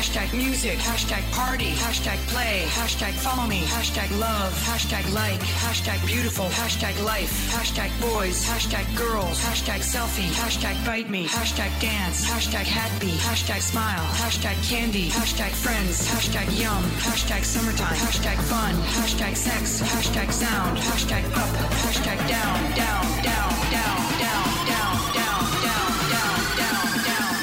hashtag music, hashtag party, hashtag play, hashtag follow me, hashtag love, hashtag like, hashtag beautiful, hashtag life, hashtag boys, hashtag girls, hashtag selfie, hashtag bite me, hashtag dance, hashtag happy, hashtag smile, hashtag candy, hashtag friends, hashtag yum, hashtag summertime, hashtag fun, hashtag sex, hashtag sound, hashtag up, hashtag down, down, down, down, down, down, down, down, down, down, down,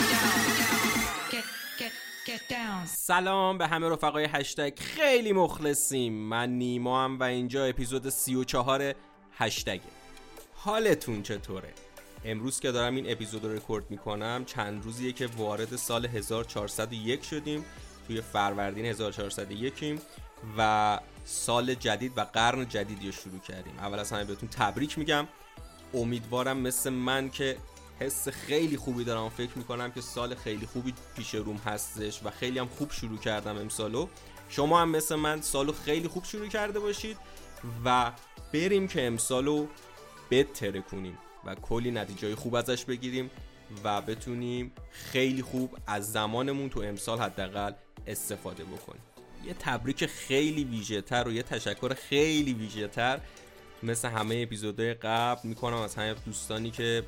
down. Get down. سلام به همه رفقای هشتگ، خیلی مخلصیم. من نیما ام و اینجا اپیزود 34 هشتگه. حالتون چطوره؟ امروز که دارم این اپیزود رو رکورد میکنم چند روزیه که وارد سال 1401 شدیم. توی فروردین 1401 و سال جدید و قرن جدیدی رو شروع کردیم. اول از همه بهتون تبریک میگم. امیدوارم مثل من که حس خیلی خوبی دارم، فکر میکنم که سال خیلی خوبی پیش روم هستش و خیلی هم خوب شروع کردم امسالو. شما هم مثل من سالو خیلی خوب شروع کرده باشید و بریم که امسالو بهتر کنیم و کلی نتیجه خوب ازش بگیریم و بتونیم خیلی خوب از زمانمون تو امسال حداقل استفاده بکنیم. یه تبریک خیلی ویژه‌تر و یه تشکر خیلی ویژه‌تر مثل همه اپیزودهای قبل میکنم از همه دوستانی که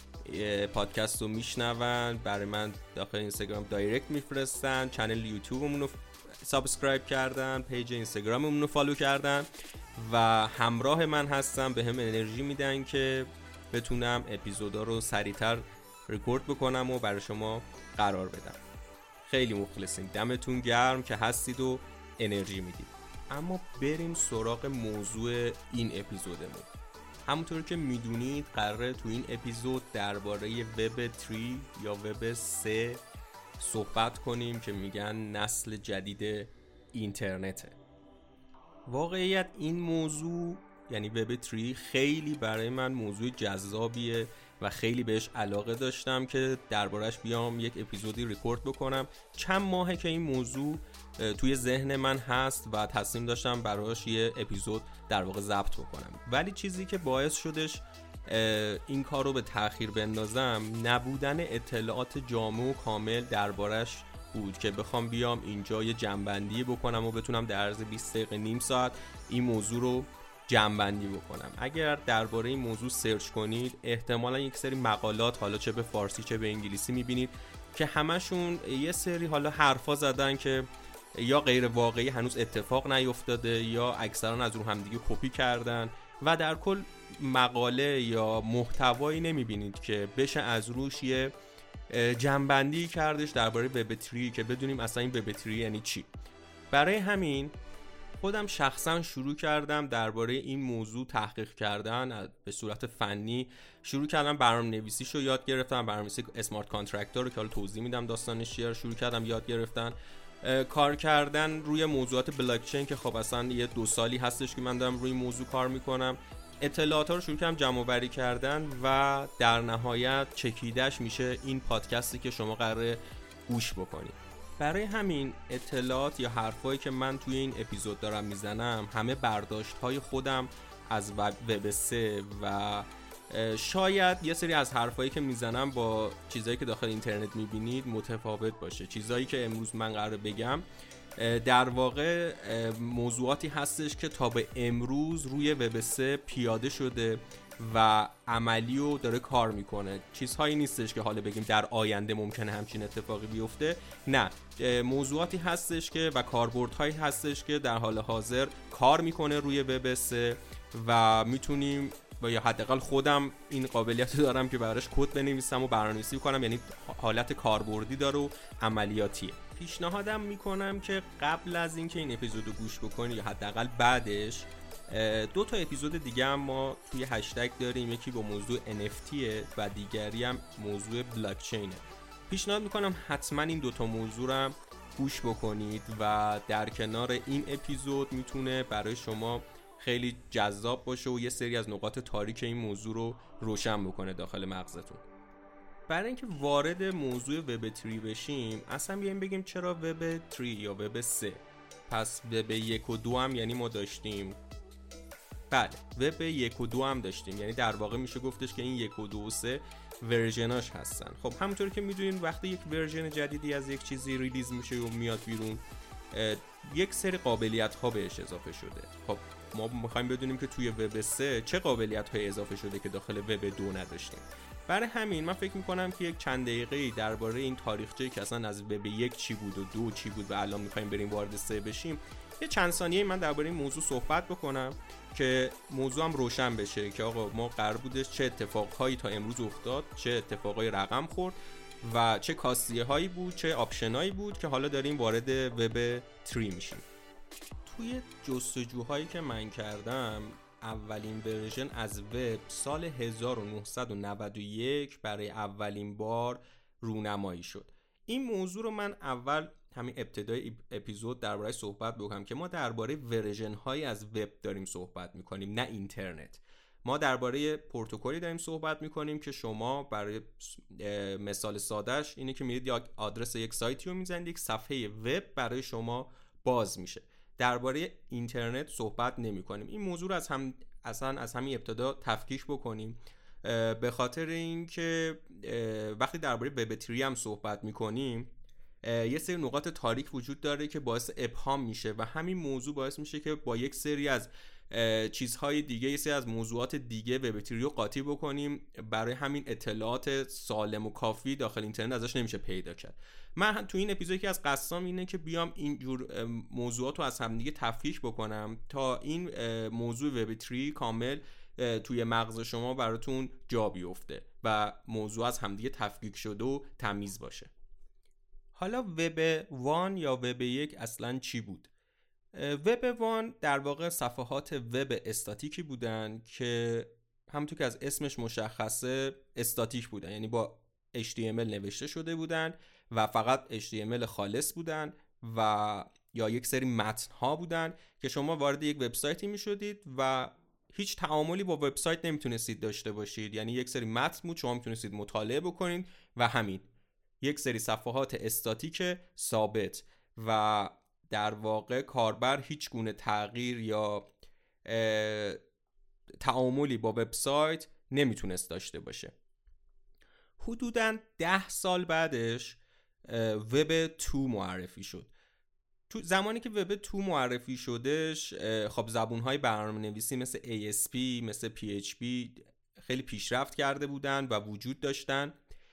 پادکست رو میشنون، برای من داخل اینستاگرام دایرکت میفرستن، چنل یوتیوبمون رو سابسکرایب کردن، پیج اینستاگراممون رو فالو کردن و همراه من هستن، به هم انرژی میدن که بتونم اپیزودا رو سریعتر رکورد بکنم و برای شما قرار بدم. خیلی مخلصیم، دمتون گرم که هستید و انرژی میدید. اما بریم سراغ موضوع این اپیزودمون. همونطور که میدونید قراره تو این اپیزود درباره وب 3 یا وب 3 صحبت کنیم که میگن نسل جدید اینترنته. واقعیت این موضوع یعنی وب 3 خیلی برای من موضوع جذابیه و خیلی بهش علاقه داشتم که دربارش بیام یک اپیزودی رکورد بکنم. چند ماهه که این موضوع توی ذهن من هست و تصمیم داشتم براش یه اپیزود در واقع ضبط بکنم، ولی چیزی که باعث شدش این کار رو به تأخیر بندازم نبودن اطلاعات جامع و کامل دربارش بود که بخوام بیام اینجا یه جمع‌بندی بکنم و بتونم در عرض 20 دقیقه نیم ساعت این موضوع رو جمع‌بندی بکنم. اگر درباره این موضوع سرچ کنید احتمالاً یک سری مقالات، حالا چه به فارسی چه به انگلیسی می‌بینید که همشون یه سری حالا حرفا زدن که یا غیر واقعی، هنوز اتفاق نیفتاده، یا اکثرا از رو همدیگه کپی کردن و در کل مقاله یا محتوایی نمی‌بینید که بشه از روش یه جمع‌بندی کردش درباره وب 3 که بدونیم اصلا این وب 3 یعنی چی. برای همین خودم شخصا شروع کردم درباره این موضوع تحقیق کردن به صورت فنی. شروع کردم برنامه‌نویسیشو یاد گرفتم، برنامه‌نویسی اسمارت کانترکتور رو که حالا توضیح میدم داستانش چیه، شروع کردم یاد گرفتن، کار کردن روی موضوعات بلاک چین که خب اصلا یه 2 سالی هستش که من دارم روی موضوع کار میکنم. اطلاعات رو شروع کردم جمع آوری کردن و در نهایت چکیدش میشه این پادکستی که شما قراره گوش بکنید. برای همین اطلاعات یا حرفایی که من توی این اپیزود دارم میزنم همه برداشت‌های خودم از وب 3 و شاید یه سری از حرفایی که میزنم با چیزایی که داخل اینترنت میبینید متفاوت باشه. چیزایی که امروز من قراره بگم در واقع موضوعاتی هستش که تا به امروز روی وب 3 پیاده شده و عملی رو داره کار میکنه. چیزهایی نیستش که حالا بگیم در آینده ممکنه همچین اتفاقی بیفته، نه، موضوعاتی هستش که و کاربردهایی هستش که در حال حاضر کار میکنه روی وب 3 و میتونیم و یا حداقل خودم این قابلیت دارم که براش کد بنویسم و برنامه‌نویسی کنم، یعنی حالت کاربردی داره و عملیاتیه. پیشنهادم میکنم که قبل از اینکه این اپیزودو گوش بکنی یا حداقل بعدش 2 تا اپیزود دیگه هم ما توی هشتگ داریم، یکی با موضوع NFT و دیگری هم موضوع بلاک چینه. پیشنهاد میکنم حتما این 2 تا موضوع رو گوش بکنید و در کنار این اپیزود میتونه برای شما خیلی جذاب باشه و یه سری از نقاط تاریک این موضوع رو روشن بکنه داخل مغزتون. برای اینکه وارد موضوع وب 3 بشیم اصلا بیایم بگیم چرا وب 3 یا وب 3. پس وب 1 و 2 هم یعنی ما داشتیم، بله وب 1 و 2 هم داشتیم، یعنی در واقع میشه گفتش که این 1 و 2 و 3 ورژناش هستن. خب همونطور که میدونین وقتی یک ورژن جدیدی از یک چیزی ریلیز میشه و میاد بیرون، یک سری قابلیت ها بهش اضافه شده. خب ما میخوایم بدونیم که توی وب 3 چه قابلیت های اضافه شده که داخل وب 2 نداشتیم. برای همین من فکر میکنم که یک چند دقیقه‌ای درباره این تاریخچه‌ای که اصلا از وب 1 چی بود و 2 چی بود و الان میخوایم بریم وارد 3 بشیم، یه چند ثانیه من درباره این موضوع صحبت بکنم که موضوعم روشن بشه که آقا ما قرار بودش چه اتفاقهایی تا امروز افتاد، چه اتفاقایی رقم خورد و چه کاستیه هایی بود، چه آپشنایی بود که حالا داریم وارد وب 3 میشیم. توی جستجوهایی که من کردم اولین ورژن از وب سال 1991 برای اولین بار رونمایی شد. این موضوع رو من اول همین ابتدای اپیزود درباره صحبت بکنم که ما درباره ورژن هایی از وب داریم صحبت میکنیم، نه اینترنت. ما درباره پروتکلی داریم صحبت میکنیم که شما برای مثال سادهش اینه که میرید یا آدرس یک سایتی رو میزنید، یک صفحه وب برای شما باز میشه. درباره اینترنت صحبت نمیکنیم. این موضوع رو از همین ابتدا تفکیک بکنیم، به خاطر اینکه وقتی درباره وب 3 هم صحبت میکنیم یه سری نقاط تاریک وجود داره که باعث ابهام میشه و همین موضوع باعث میشه که با یک سری از چیزهای دیگه، یه سری از موضوعات دیگه وب 3 رو قاطی بکنیم. برای همین اطلاعات سالم و کافی داخل اینترنت ازش نمیشه پیدا کرد. من تو این اپیزودی که از قصدم اینه که بیام اینجور موضوعات رو از هم دیگه تفکیک بکنم تا این موضوع وب 3 کامل توی مغز شما براتون جا بیفته و موضوع از هم دیگه تفکیک شده و تمیز باشه. حالا وب 1 یا وب 1 اصلا چی بود؟ وب 1 در واقع صفحات وب استاتیکی بودن که همونطور که از اسمش مشخصه استاتیک بودن، یعنی با HTML نوشته شده بودن و فقط HTML خالص بودن و یا یک سری متن ها بودن که شما وارد یک وبسایتی می شدید و هیچ تعاملی با وبسایت نمیتونستید داشته باشید. یعنی یک سری متن بود شما میتونستید مطالعه بکنید و همین، یک سری صفحات استاتیک ثابت و در واقع کاربر هیچ گونه تغییر یا تعاملی با وبسایت نمیتونست داشته باشه. حدوداً 10 سال بعدش وب 2 معرفی شد. تو زمانی که وب 2 معرفی شدش خب زبون‌های برنامه‌نویسی مثل ASP، مثل PHP خیلی پیشرفت کرده بودن و وجود داشتن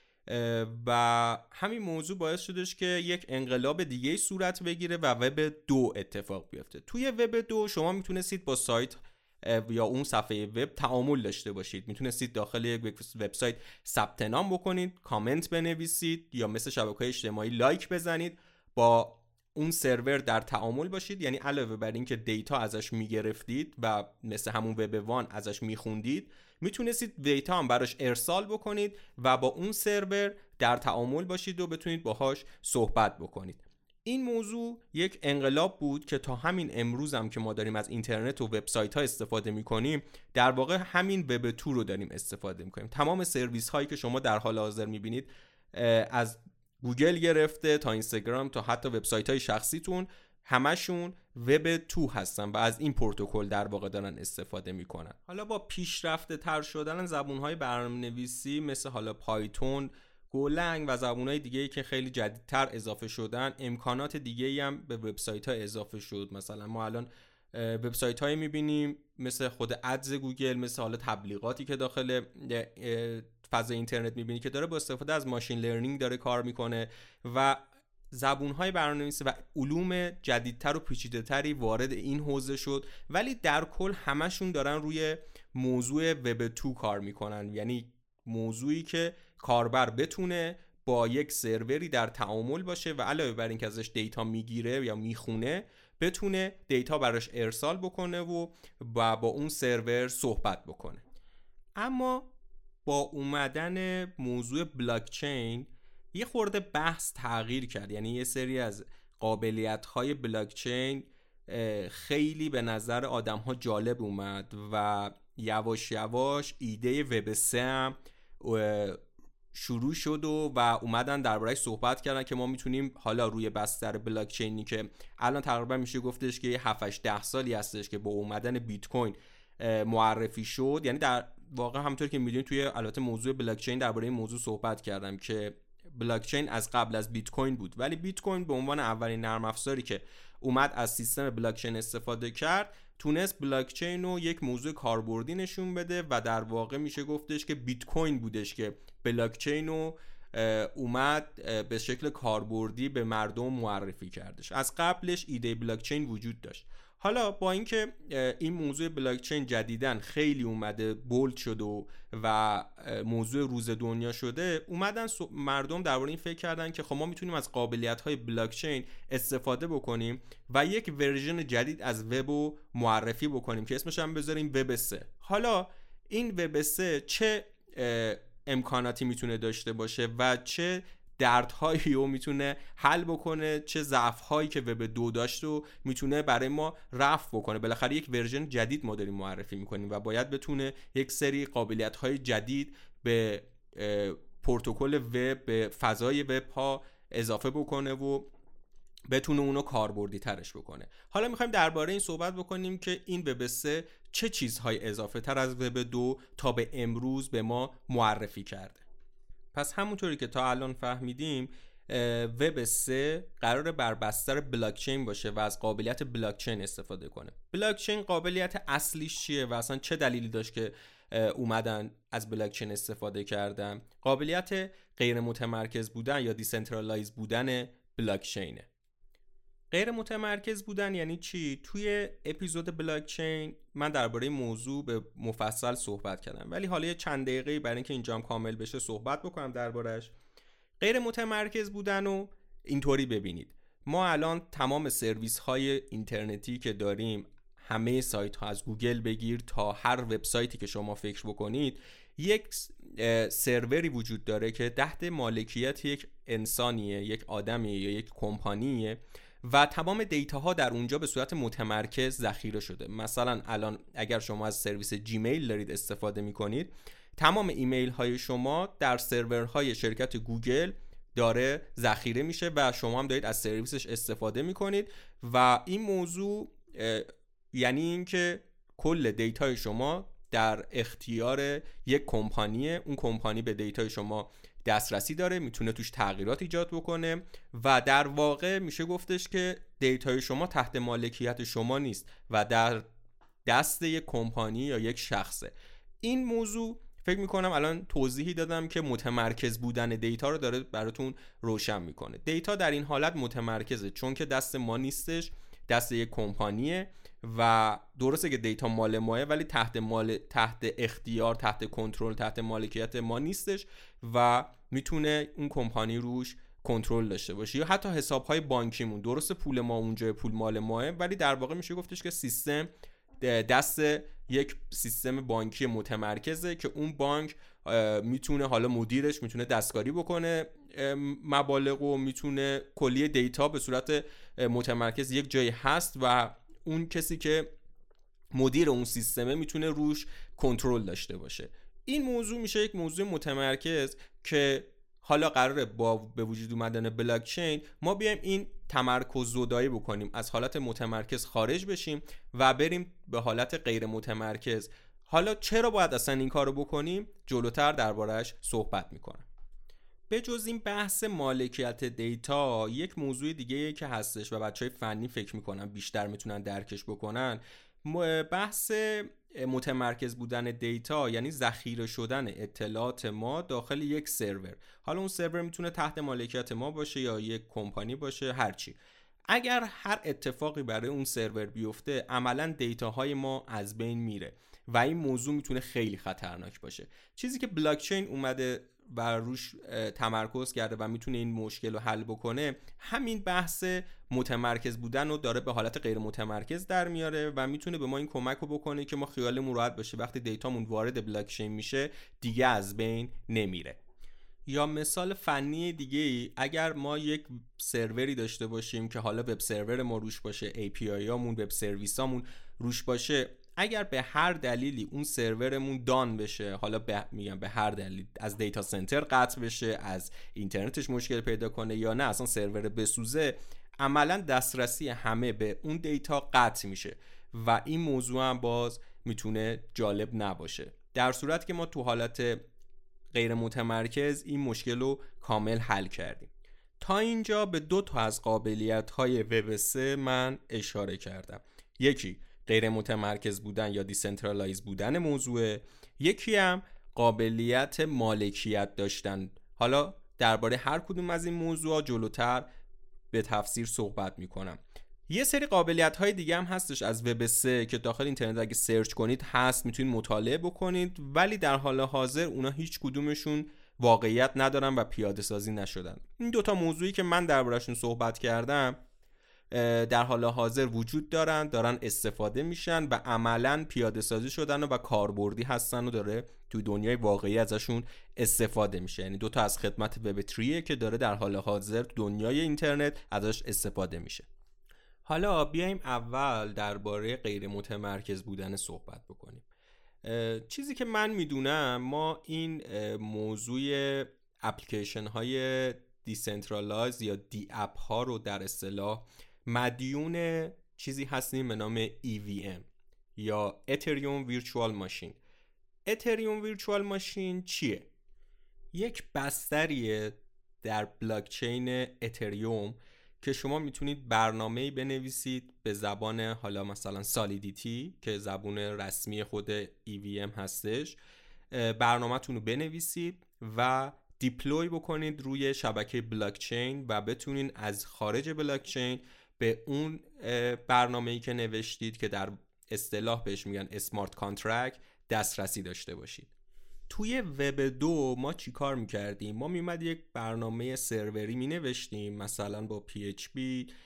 و همین موضوع باعث شدش که یک انقلاب دیگه صورت بگیره و وب 2 اتفاق بیفته. توی وب 2 شما میتونستید با سایت یا اون صفحه وب تعامل داشته باشید. میتونستید داخل یک وبسایت ثبت نام بکنید، کامنت بنویسید یا مثل شبکه‌های اجتماعی لایک بزنید، با اون سرور در تعامل باشید. یعنی علاوه بر این که دیتا ازش میگرفتید و مثل همون وب 1 ازش میخوندید، میتونستید دیتا هم براش ارسال بکنید و با اون سرور در تعامل باشید و بتونید باهاش صحبت بکنید. این موضوع یک انقلاب بود که تا همین امروز هم که ما داریم از اینترنت و وبسایت ها استفاده میکنیم، در واقع همین وب 2 رو داریم استفاده میکنیم. تمام سرویس هایی که شما در حال حاضر میبینید، از گوگل گرفته تا اینستاگرام تا حتی وبسایت های شخصیتون، همشون وب 2 هستن و از این پروتکل در واقع دارن استفاده میکنن. حالا با پیشرفته تر شدن زبونهای برنامه‌نویسی مثل حالا پایتون، گولنگ و زبونهای دیگه‌ای که خیلی جدیدتر اضافه شدن، امکانات دیگه‌ای هم به وبسایت‌ها اضافه شد. مثلا ما الان وبسایت‌هایی می‌بینیم مثل خود ادز گوگل، مثل حالا تبلیغاتی که داخل فضای اینترنت می‌بینی که داره با استفاده از ماشین لرنینگ داره کار می‌کنه و زبون‌های برنامه‌نویسی و علوم جدیدتر و پیچیده‌تری وارد این حوزه شد، ولی در کل همشون دارن روی موضوع وب 2 کار می‌کنن. یعنی موضوعی که کاربر بتونه با یک سروری در تعامل باشه و علاوه بر این که ازش دیتا میگیره یا میخونه، بتونه دیتا براش ارسال بکنه و با اون سرور صحبت بکنه. اما با اومدن موضوع بلاکچین یه خورده بحث تغییر کرد. یعنی یه سری از قابلیت‌های بلاکچین خیلی به نظر آدم‌ها جالب اومد و یواش یواش ایده وب 3 هم شروع شد و اومدن درباره‌اش صحبت کردن که ما میتونیم حالا روی بستر بلاکچینی که الان تقریبا میشه گفتش که 7-8 سالی هستش که با اومدن بیت کوین معرفی شد، یعنی واقع همونطور که میدونید توی البته موضوع بلاک چین درباره این موضوع صحبت کردم که بلاک چین از قبل از بیت کوین بود، ولی بیت کوین به عنوان اولین نرم افزاری که اومد از سیستم بلاک چین استفاده کرد تونست بلاک چین رو یک موضوع کاربردی نشون بده و در واقع میشه گفتش که بیت کوین بودش که بلاک چین رو اومد به شکل کاربردی به مردم معرفی کردش. از قبلش ایده بلاک چین وجود داشت. حالا با اینکه این موضوع بلاک چین جدیداً خیلی اومده بولد شده و موضوع روز دنیا شده، اومدن مردم درباره این فکر کردن که خب ما میتونیم از قابلیت‌های بلاک چین استفاده بکنیم و یک ورژن جدید از وب رو معرفی بکنیم که اسمش هم بذاریم وب 3. حالا این وب 3 چه امکاناتی میتونه داشته باشه و چه دردهایی رو میتونه حل بکنه، چه ضعف‌هایی که وب 2 داشت رو میتونه برای ما رفع بکنه. بالاخره یک ورژن جدید ما داریم معرفی میکنیم و باید بتونه یک سری قابلیت‌های جدید به پروتکل وب، به فضای وب ها اضافه بکنه و بتونه اونو کاربردی ترش بکنه. حالا میخوایم درباره این صحبت بکنیم که این وب 3 چه چیزهای اضافه تر از وب 2 تا به امروز به ما معرفی کرده. پس همونطوری که تا الان فهمیدیم وب 3 قراره بر بستر بلاک چین باشه و از قابلیت بلاک چین استفاده کنه. بلاک چین قابلیت اصلیش چیه و اصلا چه دلیلی داشت که اومدن از بلاک چین استفاده کردن؟ قابلیت غیر متمرکز بودن یا دیسنترالایز بودن بلاک چینه. غیر متمرکز بودن یعنی چی؟ توی اپیزود بلاک چین من درباره موضوع به مفصل صحبت کردم، ولی حالا یه چند دقیقه برای اینکه اینجام کامل بشه صحبت بکنم دربارش. غیر متمرکز بودن رو اینطوری ببینید: ما الان تمام سرویس های اینترنتی که داریم، همه سایت ها از گوگل بگیر تا هر وبسایتی که شما فکر بکنید، یک سروری وجود داره که تحت مالکیت یک انسانیه، یک آدمیه یا یک کمپانیه و تمام دیتاها در اونجا به صورت متمرکز ذخیره شده. مثلا الان اگر شما از سرویس جیمیل دارید استفاده میکنید، تمام ایمیل های شما در سرورهای شرکت گوگل داره ذخیره میشه و شما هم دارید از سرویسش استفاده میکنید و این موضوع یعنی اینکه کل دیتای شما در اختیار یک کمپانیه. اون کمپانی به دیتای شما دسترسی داره، میتونه توش تغییرات ایجاد بکنه و در واقع میشه گفتش که دیتای شما تحت مالکیت شما نیست و در دست یک کمپانی یا یک شخصه. این موضوع فکر میکنم الان توضیحی دادم که متمرکز بودن دیتا رو داره براتون روشن میکنه. دیتا در این حالت متمرکزه چون که دست ما نیستش، دست یک کمپانیه و درسته که دیتا مال ماه ولی تحت اختیار، تحت کنترل، تحت مالکیت ما نیستش و میتونه اون کمپانی روش کنترل داشته باشه. یا حتی حساب‌های بانکیمون، درسته پول ما اونجا پول مال ماه ولی در واقع میشه گفتش که سیستم دست یک سیستم بانکی متمرکزه که اون بانک میتونه، حالا مدیرش میتونه دستکاری بکنه مبالغ و میتونه کلیه دیتا به صورت متمرکز یک جایی هست و اون کسی که مدیر اون سیستمه میتونه روش کنترل داشته باشه. این موضوع میشه یک موضوع متمرکز که حالا قراره با به وجود اومدن بلاک چین ما بیایم این تمرکز زدایی بکنیم، از حالت متمرکز خارج بشیم و بریم به حالت غیر متمرکز. حالا چرا باید اصلا این کارو بکنیم؟ جلوتر درباره‌اش صحبت میکنم. به جز این بحث مالکیت دیتا، یک موضوع دیگه که هستش و بچهای فنی فکر میکنن بیشتر میتونن درکش بکنن، بحث متمرکز بودن دیتا یعنی ذخیره شدن اطلاعات ما داخل یک سرور. حالا اون سرور میتونه تحت مالکیت ما باشه یا یک کمپانی باشه، هرچی. اگر هر اتفاقی برای اون سرور بیفته عملاً دیتاهای ما از بین میره و این موضوع میتونه خیلی خطرناک باشه. چیزی که بلاک چین اومده و روش تمرکز کرده و میتونه این مشکل رو حل بکنه، همین بحث متمرکز بودن رو داره به حالت غیر متمرکز در میاره و میتونه به ما این کمک رو بکنه که ما خیالمون راحت باشه وقتی دیتامون وارد بلاک چین میشه دیگه از بین نمیره. یا مثال فنی دیگه ای، اگر ما یک سروری داشته باشیم که حالا وب سرور ما روش باشه، API هامون، وب سرویسامون روش باشه، اگر به هر دلیلی اون سرورمون دان بشه، حالا میگم به هر دلیل، از دیتا سنتر قطع بشه، از اینترنتش مشکل پیدا کنه یا نه اصلا سرور بسوزه، عملا دسترسی همه به اون دیتا قطع میشه و این موضوع هم باز میتونه جالب نباشه. در صورت که ما تو حالت غیر متمرکز این مشکل رو کامل حل کردیم. تا اینجا به 2 تا از قابلیت‌های وب 3 من اشاره کردم. یکی غیر متمرکز بودن یا دیسنترالایز بودن موضوع، یکی هم قابلیت مالکیت داشتن. حالا درباره هر کدوم از این موضوعات جلوتر به تفصیل صحبت میکنم. یه سری قابلیت‌های دیگه هم هستش از وب 3 که داخل اینترنت اگه سرچ کنید هست، میتونید مطالعه بکنید، ولی در حال حاضر اونا هیچ کدومشون واقعیت ندارن و پیاده سازی نشدن. این 2 تا موضوعی که من درباره‌شون صحبت کردم در حال حاضر وجود دارن استفاده میشن و عملاً پیاده سازی شدن و کاربردی هستن و داره تو دنیای واقعی ازشون استفاده میشه. یعنی 2 تا از خدمت وب 3 که داره در حال حاضر دنیای اینترنت ازش استفاده میشه. حالا بیایم اول درباره غیر متمرکز بودن صحبت بکنیم. چیزی که من میدونم، ما این موضوع اپلیکیشن های دیسنترالایز یا دی اپ ها رو در اصطلاح مدیون چیزی هستیم به نام EVM یا اتریوم ویرچوال ماشین. اتریوم ویرچوال ماشین چیه؟ یک بستریه در بلاکچین اتریوم که شما میتونید برنامه‌ای بنویسید به زبان حالا مثلا سالیدیتی که زبان رسمی خود EVM هستش، برنامه‌تون رو بنویسید و دیپلوی بکنید روی شبکه بلاکچین و بتونین از خارج بلاکچین به اون برنامه‌ای که نوشتید که در اصطلاح بهش میگن اسمارت کانترکت دسترسی داشته باشید. توی وب 2 ما چی کار میکردیم؟ ما میومد یک برنامه سروری مینوشتیم مثلا با PHP،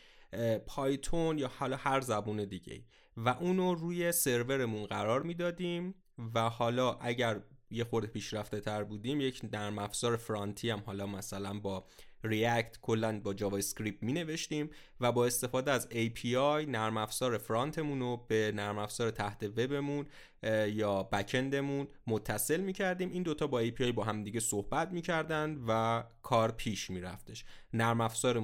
پایتون یا حالا هر زبون دیگه و اونو روی سرورمون قرار میدادیم و حالا اگر یه خورده پیشرفته تر بودیم یک نرم افزار فرانتی هم حالا مثلا با ریاکت کلا با جاوا اسکریپت می نوشتیم و با استفاده از API نرم افزار فرانتمون رو به نرم افزار تحت وبمون یا بکندمون متصل می کردیم. این 2 تا با API با هم دیگه صحبت می کردن و کار پیش می رفتش. نرم افزار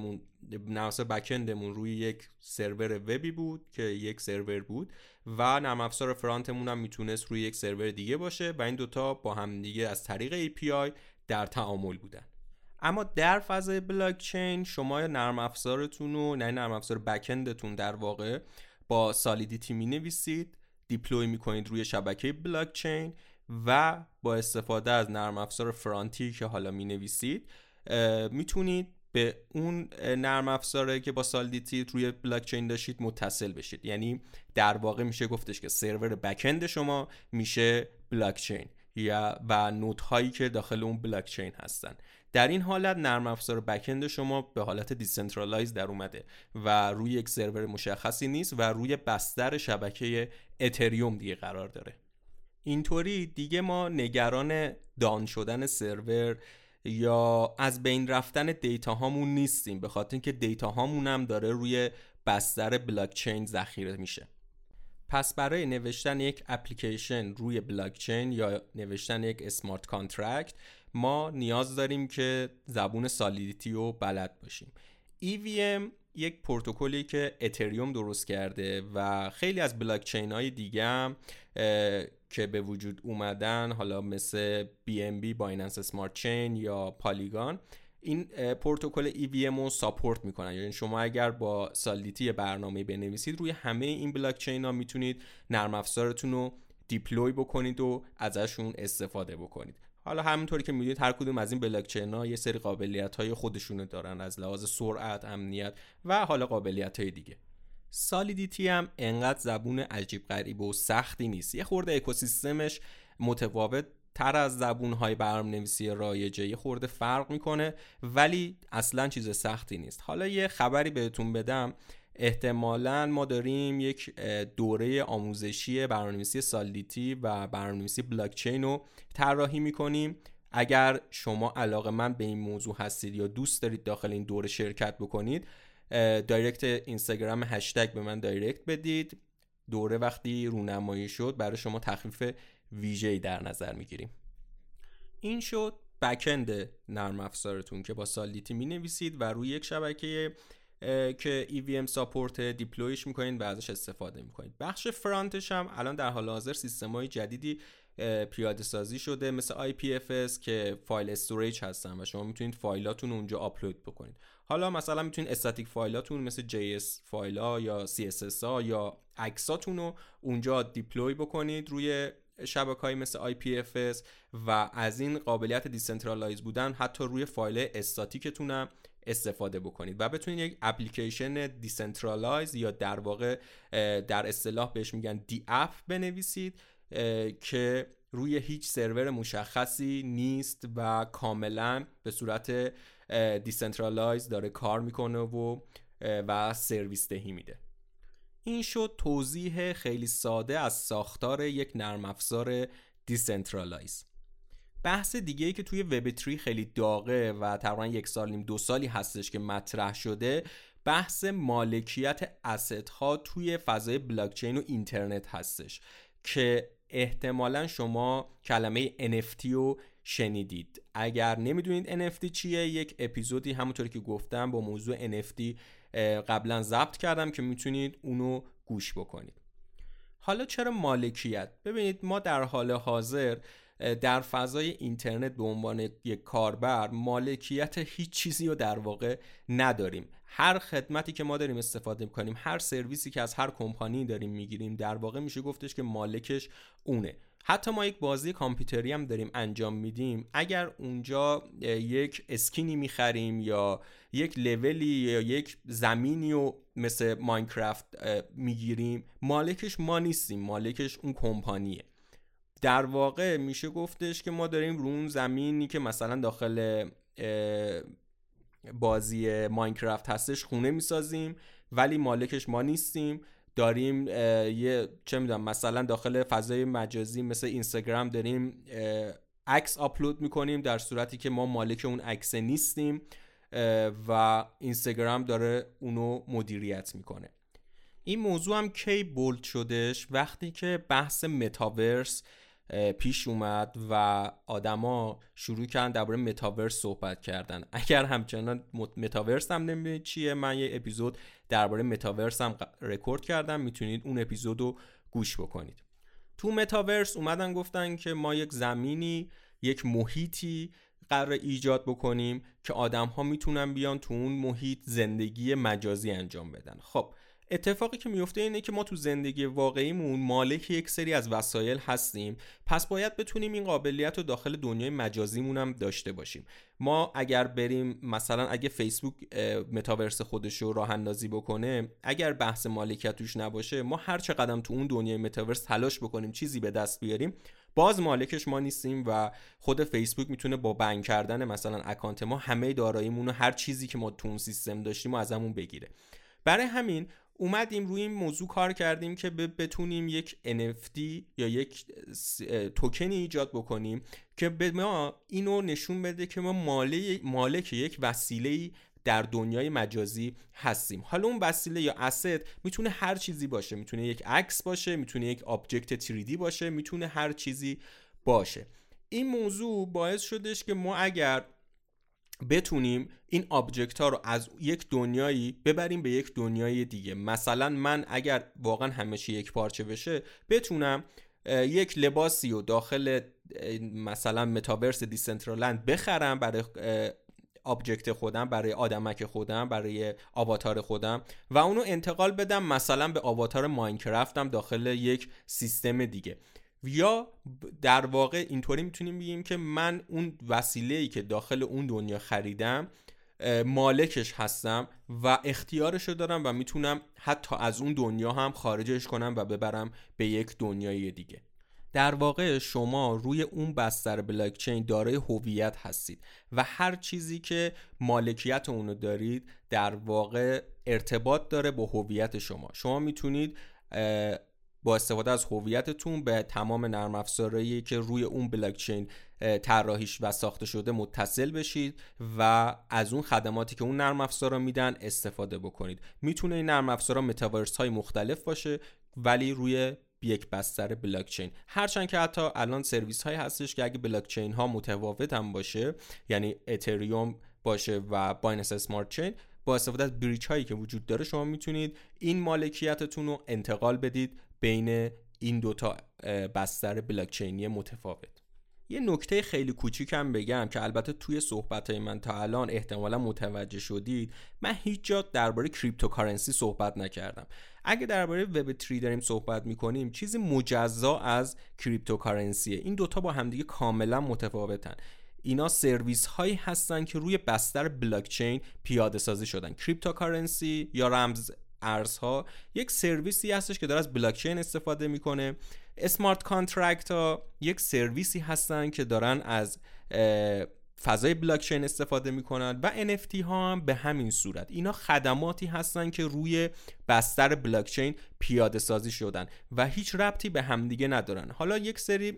بکندمون روی یک سرور وبی بود که یک سرور بود و نرم افزار فرانتمون هم میتونست روی یک سرور دیگه باشه و این 2 تا با هم دیگه از طریق API در تعامل بودن. اما در فضای بلاکچین شما نرم افزارتون رو، نه نرم افزار بکندتون در واقع، با سالیدیتی مینویسید، دیپلوی میکنید روی شبکه بلاکچین و با استفاده از نرم افزار فرانتی که حالا مینویسید میتونید به اون نرم افزاره که با سالیدیتی روی بلاکچین داشتید متصل بشید. یعنی در واقع میشه گفتش که سرور بکند شما میشه بلاکچین و نودهایی که داخل اون بلاکچین هستن. در این حالت نرم افزار بکند شما به حالت دیسنترالایز در اومده و روی یک سرور مشخصی نیست و روی بستر شبکه اتریوم دیگه قرار داره. اینطوری دیگه ما نگران دان شدن سرور یا از بین رفتن دیتا هامون نیستیم، به خاطر اینکه دیتا هامون هم داره روی بستر بلاکچین ذخیره میشه. پس برای نوشتن یک اپلیکیشن روی بلاکچین یا نوشتن یک اسمارت کانترکت ما نیاز داریم که زبون سالیدیتی رو بلد باشیم. EVM یک پروتکلی که اتریوم درست کرده و خیلی از بلاکچین های دیگه هم که به وجود اومدن، حالا مثل BNB بایننس اسمارت چین یا پالیگان، این پروتکل EVM رو ساپورت میکنن. یعنی شما اگر با سالیدیتی برنامه بنویسید روی همه این بلاکچین ها میتونید نرم افزارتون رو دیپلوی بکنید و ازشون استفاده بکنید. حالا همونطوری که میدونید هر کدوم از این بلاکچین ها یه سری قابلیت های خودشونو دارن از لحاظ سرعت، امنیت و حالا قابلیت های دیگه. سالیدیتی هم انقدر زبون عجیب غریب و سختی نیست. یه خورده اکوسیستمش متفاوت تر از زبون‌های برنامه‌نویسی رایجه، یه خورده فرق میکنه ولی اصلا چیز سختی نیست. حالا یه خبری بهتون بدم، احتمالاً ما داریم یک دوره آموزشی برنامه‌نویسی سالیدیتی و برنامه‌نویسی بلاکچین رو طراحی میکنیم. اگر شما علاقه‌مند به این موضوع هستید یا دوست دارید داخل این دوره شرکت بکنید، دایرکت اینستاگرام هشتگ به من دایرکت بدید. دوره وقتی رونمایی شد برای شما تخفیف ویژه‌ای در نظر میگیریم. این شد بکند نرم افزارتون که با سالیدیتی مینویسید و روی یک شبکه که EVM ساپورت دیپلویش میکنید و ازش استفاده میکنید. بخش فرانتش هم الان در حال حاضر سیستم‌های جدیدی پیاده سازی شده مثل IPFS که فایل استوریج هستن و شما میتونید فایلاتون رو اونجا آپلود بکنید. حالا مثلا میتونید استاتیک فایلاتون مثل JS فایل‌ها یا CSS ها یا عکساتون رو اونجا دیپلوی بکنید روی شبکه‌های مثل IPFS و از این قابلیت دیسنترالایز بودن حتی روی فایل استاتیکتون هم استفاده بکنید و بتونید یک اپلیکیشن دیسنترالایز یا در واقع در اصطلاح بهش میگن دی اپ بنویسید که روی هیچ سرور مشخصی نیست و کاملا به صورت دیسنترالایز داره کار میکنه و سرویس دهی میده. این شد توضیح خیلی ساده از ساختار یک نرم افزار دیسنترالایز. بحث دیگه ای که توی وب3 خیلی داغه و تقریبا 1 سال نیم 2 سالی هستش که مطرح شده، بحث مالکیت اسست ها توی فضای بلاکچین و اینترنت هستش که احتمالاً شما کلمه NFT رو شنیدید. اگر نمیدونید NFT چیه، یک اپیزودی همونطوری که گفتم با موضوع NFT قبلا ضبط کردم که میتونید اونو گوش بکنید. حالا چرا مالکیت؟ ببینید ما در حال حاضر در فضای اینترنت به عنوان یک کاربر مالکیت هیچ چیزی رو در واقع نداریم. هر خدمتی که ما داریم استفاده میکنیم، هر سرویسی که از هر کمپانی داریم میگیریم، در واقع میشه گفتش که مالکش اونه. حتی ما یک بازی کامپیوتری هم داریم انجام میدیم، اگر اونجا یک اسکینی میخریم یا یک لولی یا یک زمینی رو مثل ماینکرافت میگیریم، مالکش ما نیستیم، مالکش اون کمپانیه. در واقع میشه گفتش که ما داریم رو اون زمینی که مثلا داخل بازی ماینکرافت هستش خونه میسازیم، ولی مالکش ما نیستیم. داریم یه چه میدونم مثلا داخل فضای مجازی مثل اینستاگرام داریم عکس آپلود میکنیم در صورتی که ما مالک اون عکس نیستیم و اینستاگرام داره اونو مدیریت میکنه. این موضوع هم کی بولد شدش؟ وقتی که بحث متاورس پیش اومد و آدما شروع کردن درباره متاورس صحبت کردن. اگر همچنان متاورس هم نمیدونید چیه، من یه اپیزود درباره متاورس هم رکورد کردم، میتونید اون اپیزودو گوش بکنید. تو متاورس اومدن گفتن که ما یک زمینی، یک محیطی قرار ایجاد بکنیم که آدم‌ها میتونن بیان تو اون محیط زندگی مجازی انجام بدن. خب اتفاقی که میفته اینه که ما تو زندگی واقعیمون مالک یک سری از وسایل هستیم، پس باید بتونیم این قابلیت رو داخل دنیای مجازیمون هم داشته باشیم. ما اگر بریم مثلا اگه فیسبوک متاورس خودش رو راه اندازی بکنه، اگر بحث مالکیت توش نباشه، ما هر چقدر تو اون دنیای متاورس تلاش بکنیم چیزی به دست بیاریم، باز مالکش ما نیستیم و خود فیسبوک میتونه با بند کردن مثلا اکانت ما همه داراییمون و هر چیزی که ما تو اون سیستم داشتیم ازمون بگیره. برای همین اومدیم روی این موضوع کار کردیم که بتونیم یک NFT یا یک توکنی ایجاد بکنیم که به ما اینو نشون بده که ما مالک یک وسیله‌ای در دنیای مجازی هستیم. حالا اون وسیله یا asset میتونه هر چیزی باشه، میتونه یک عکس باشه، میتونه یک آبجکت 3D باشه، میتونه هر چیزی باشه. این موضوع باعث شدش که ما اگر بتونیم این آبجکت ها رو از یک دنیایی ببریم به یک دنیای دیگه، مثلا من اگر واقعا همه چی یک پارچه بشه، بتونم یک لباسی رو داخل مثلا متاورس دیسنترالند بخرم برای آبجکت خودم، برای آدمک خودم، برای آواتار خودم و اونو انتقال بدم مثلا به آواتار ماینکرافتم داخل یک سیستم دیگه. یا در واقع اینطوری میتونیم بگیم که من اون وسیله‌ای که داخل اون دنیا خریدم مالکش هستم و اختیارشو دارم و میتونم حتی از اون دنیا هم خارجش کنم و ببرم به یک دنیای دیگه. در واقع شما روی اون بستر بلاکچین دارای هویت هستید و هر چیزی که مالکیت اونو دارید در واقع ارتباط داره با هویت شما. شما میتونید با استفاده از هویتتون به تمام نرم افزارهایی که روی اون بلاکچین طراحیش و ساخته شده متصل بشید و از اون خدماتی که اون نرم افزارها میدن استفاده بکنید. میتونه این نرم افزارها متاورس های مختلف باشه ولی روی یک بستر بلاکچین، هرچند که حتی الان سرویس های هستش که اگه بلاکچین ها متفاوت هم باشه، یعنی اتریوم باشه و بایننس اسمارت چین، با استفاده از بریج هایی که وجود داره شما میتونید این مالکیتتون رو انتقال بدید بین این دوتا بستر بلاکچینی متفاوت. یه نکته خیلی کوچیکم بگم که البته توی صحبت‌های من تا الان احتمالا متوجه شدید، من هیچ جا درباره کریپتوکارنسی صحبت نکردم. اگه درباره وب 3 داریم صحبت می‌کنیم، چیزی مجزا از کریپتوکارنسیه. این دوتا با همدیگه کاملا متفاوتن. اینا سرویس هایی هستن که روی بستر بلاکچین پیاده سازی شدن. کریپتوکارنسی یا رمز ارزها یک سرویسی هستش که داره از بلاکچین استفاده میکنه. اسمارت کانترکت ها یک سرویسی هستن که دارن از فضای بلاکچین استفاده میکنن و NFT ها هم به همین صورت. اینا خدماتی هستن که روی بستر بلاکچین پیاده سازی شدن و هیچ ربطی به همدیگه ندارن. حالا یک سری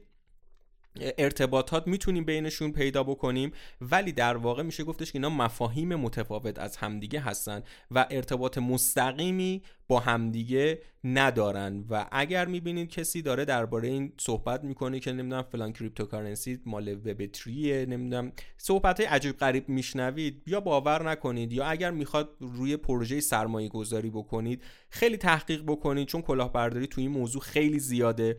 ارتباطات میتونیم بینشون پیدا بکنیم، ولی در واقع میشه گفتش که اینا مفاهیم متفاوت از همدیگه هستن و ارتباط مستقیمی با همدیگه ندارن. و اگر میبینید کسی داره درباره این صحبت میکنه که نمیدونم فلان کریپتوکارنسی مال وب 3، نمیدونم صحبتای عجیب غریب میشنوید، یا باور نکنید، یا اگر میخواد روی پروژه سرمایه گذاری بکنید خیلی تحقیق بکنید، چون کلاهبرداری توی این موضوع خیلی زیاده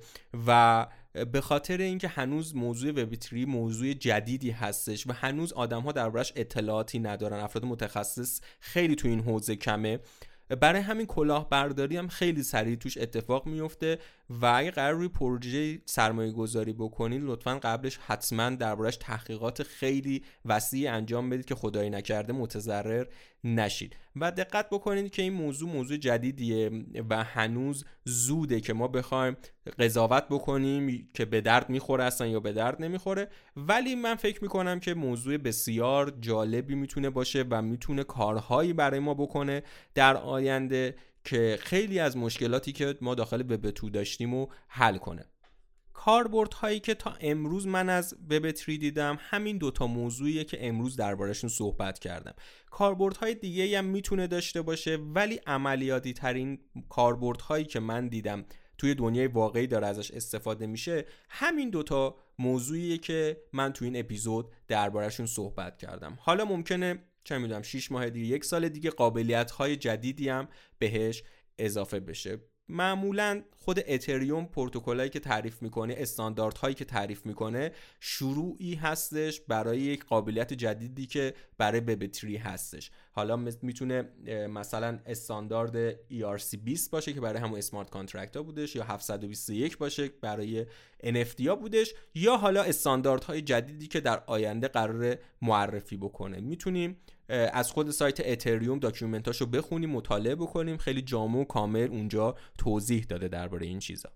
و به خاطر اینکه هنوز موضوع وب 3 موضوع جدیدی هستش و هنوز آدم‌ها دربارش اطلاعاتی ندارن، افراد متخصص خیلی تو این حوزه کمه، برای همین کلاهبرداری هم خیلی سریع توش اتفاق میفته و اگه قرار روی پروژه سرمایه گذاری بکنید لطفاً قبلش حتما دربارش تحقیقات خیلی وسیع انجام بدید که خدایی نکرده متضرر نشید. و دقت بکنید که این موضوع جدیدیه و هنوز زوده که ما بخوایم قضاوت بکنیم که به درد میخوره اصلا یا به درد نمیخوره، ولی من فکر میکنم که موضوع بسیار جالبی میتونه باشه و میتونه کارهایی برای ما بکنه در آینده که خیلی از مشکلاتی که ما داخل وب 2 داشتیم رو حل کنه. کاربردهایی که تا امروز من از وب 3 دیدم همین دوتا موضوعیه که امروز دربارشون صحبت کردم. کاربردهای دیگه هم میتونه داشته باشه، ولی عملیاتی ترین کاربردهایی که من دیدم توی دنیای واقعی داره ازش استفاده میشه همین دوتا موضوعیه که من توی این اپیزود دربارشون صحبت کردم. حالا ممکنه چه میدونم 6 ماه دیگه، 1 سال دیگه قابلیت‌های جدیدی هم بهش اضافه بشه. معمولا خود اتریوم پروتکلایی که تعریف میکنه، استانداردهایی که تعریف میکنه، شروعی هستش برای یک قابلیت جدیدی که برای وب 3 هستش. حالا میتونه مثلا استاندارد ERC20 باشه که برای همون اسمارت کانترکت ها بودش، یا 721 باشه برای NFT ها بودش، یا حالا استانداردهای جدیدی که در آینده قراره معرفی بکنه. میتونیم از خود سایت اتریوم داکیومنتاشو بخونیم، مطالعه بکنیم، خیلی جامع و کامل اونجا توضیح داده درباره این چیزا.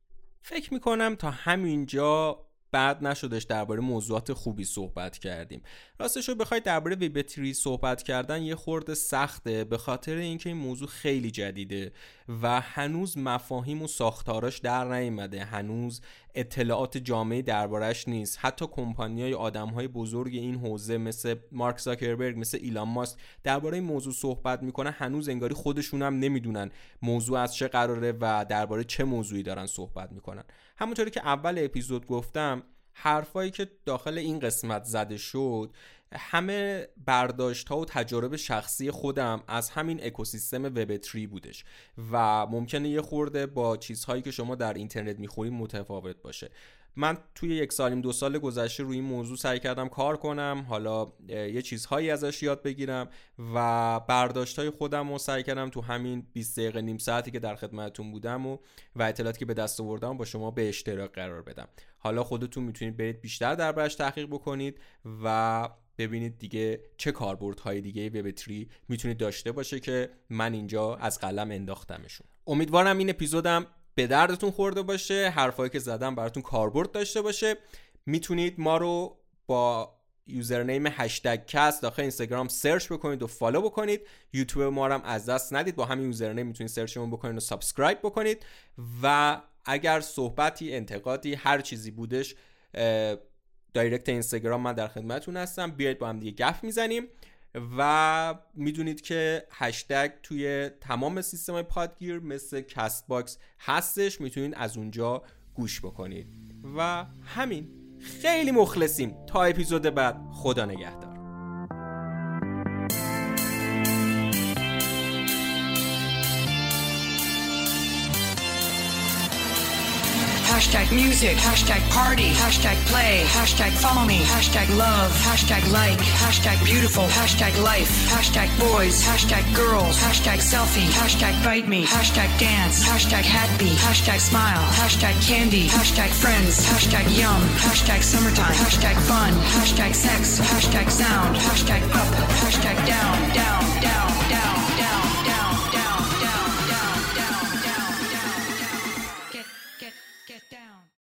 فکر میکنم تا همینجا بعد نشدش درباره موضوعات خوبی صحبت کردیم. راستش رو بخواید درباره وب 3 صحبت کردن یه خورده سخته، به خاطر اینکه این موضوع خیلی جدیده و هنوز مفاهیم و ساختاراش در نیامده، هنوز اطلاعات جامعی دربارش نیست. حتی کمپانی‌های آدم‌های بزرگ این حوزه مثل مارک زاکربرگ، مثل ایلان ماسک درباره این موضوع صحبت میکنن، هنوز انگاری خودشون هم نمیدونن موضوع از چه قراره و درباره چه موضوعی دارن صحبت میکنن. همونطوری که اول اپیزود گفتم، حرفایی که داخل این قسمت زده شد همه برداشت‌ها و تجارب شخصی خودم از همین اکوسیستم وب 3 بودش و ممکنه یه خورده با چیزهایی که شما در اینترنت می‌خونید متفاوت باشه. من توی 1 سال 2 سال گذشته روی این موضوع سعی کردم کار کنم، حالا یه چیزهایی ازش یاد بگیرم و برداشت‌های خودم رو سعی کردم تو همین 20 دقیقه نیم ساعتی که در خدمتتون بودم و اطلاعاتی که به دست آوردم با شما به اشتراک قرار بدم. حالا خودتون میتونید برید بیشتر دربارش تحقیق بکنید و ببینید دیگه چه کاربردهای دیگه وب 3 میتونید داشته باشه که من اینجا از قلم انداختمشون. امیدوارم این اپیزودم به دردتون خورده باشه، حرفایی که زدم براتون کاربرد داشته باشه. میتونید ما رو با یوزرنیم #cast داخل اینستاگرام سرچ بکنید و فالو بکنید. یوتیوب ما رو هم از دست ندید، با همین یوزرنیم میتونید سرچمون بکنید و سابسکرایب بکنید و اگر صحبتی، انتقادی، هر چیزی بودش، دایرکت اینستاگرام من در خدمتتون هستم، بیاید با هم دیگه گپ میزنیم. و میدونید که هشتگ توی تمام سیستم‌های پادگیر مثل کست باکس هستش، میتونید از اونجا گوش بکنید. و همین، خیلی مخلصیم. تا اپیزود بعد، خدا نگهدار. hashtag music, hashtag party, hashtag play, hashtag follow me, hashtag love, hashtag like, hashtag beautiful, hashtag life, hashtag boys, hashtag girls, hashtag selfie, hashtag bite me, hashtag dance, hashtag happy, hashtag smile, hashtag candy, hashtag friends, hashtag yum, hashtag summertime, hashtag fun, hashtag sex, hashtag sound, hashtag up,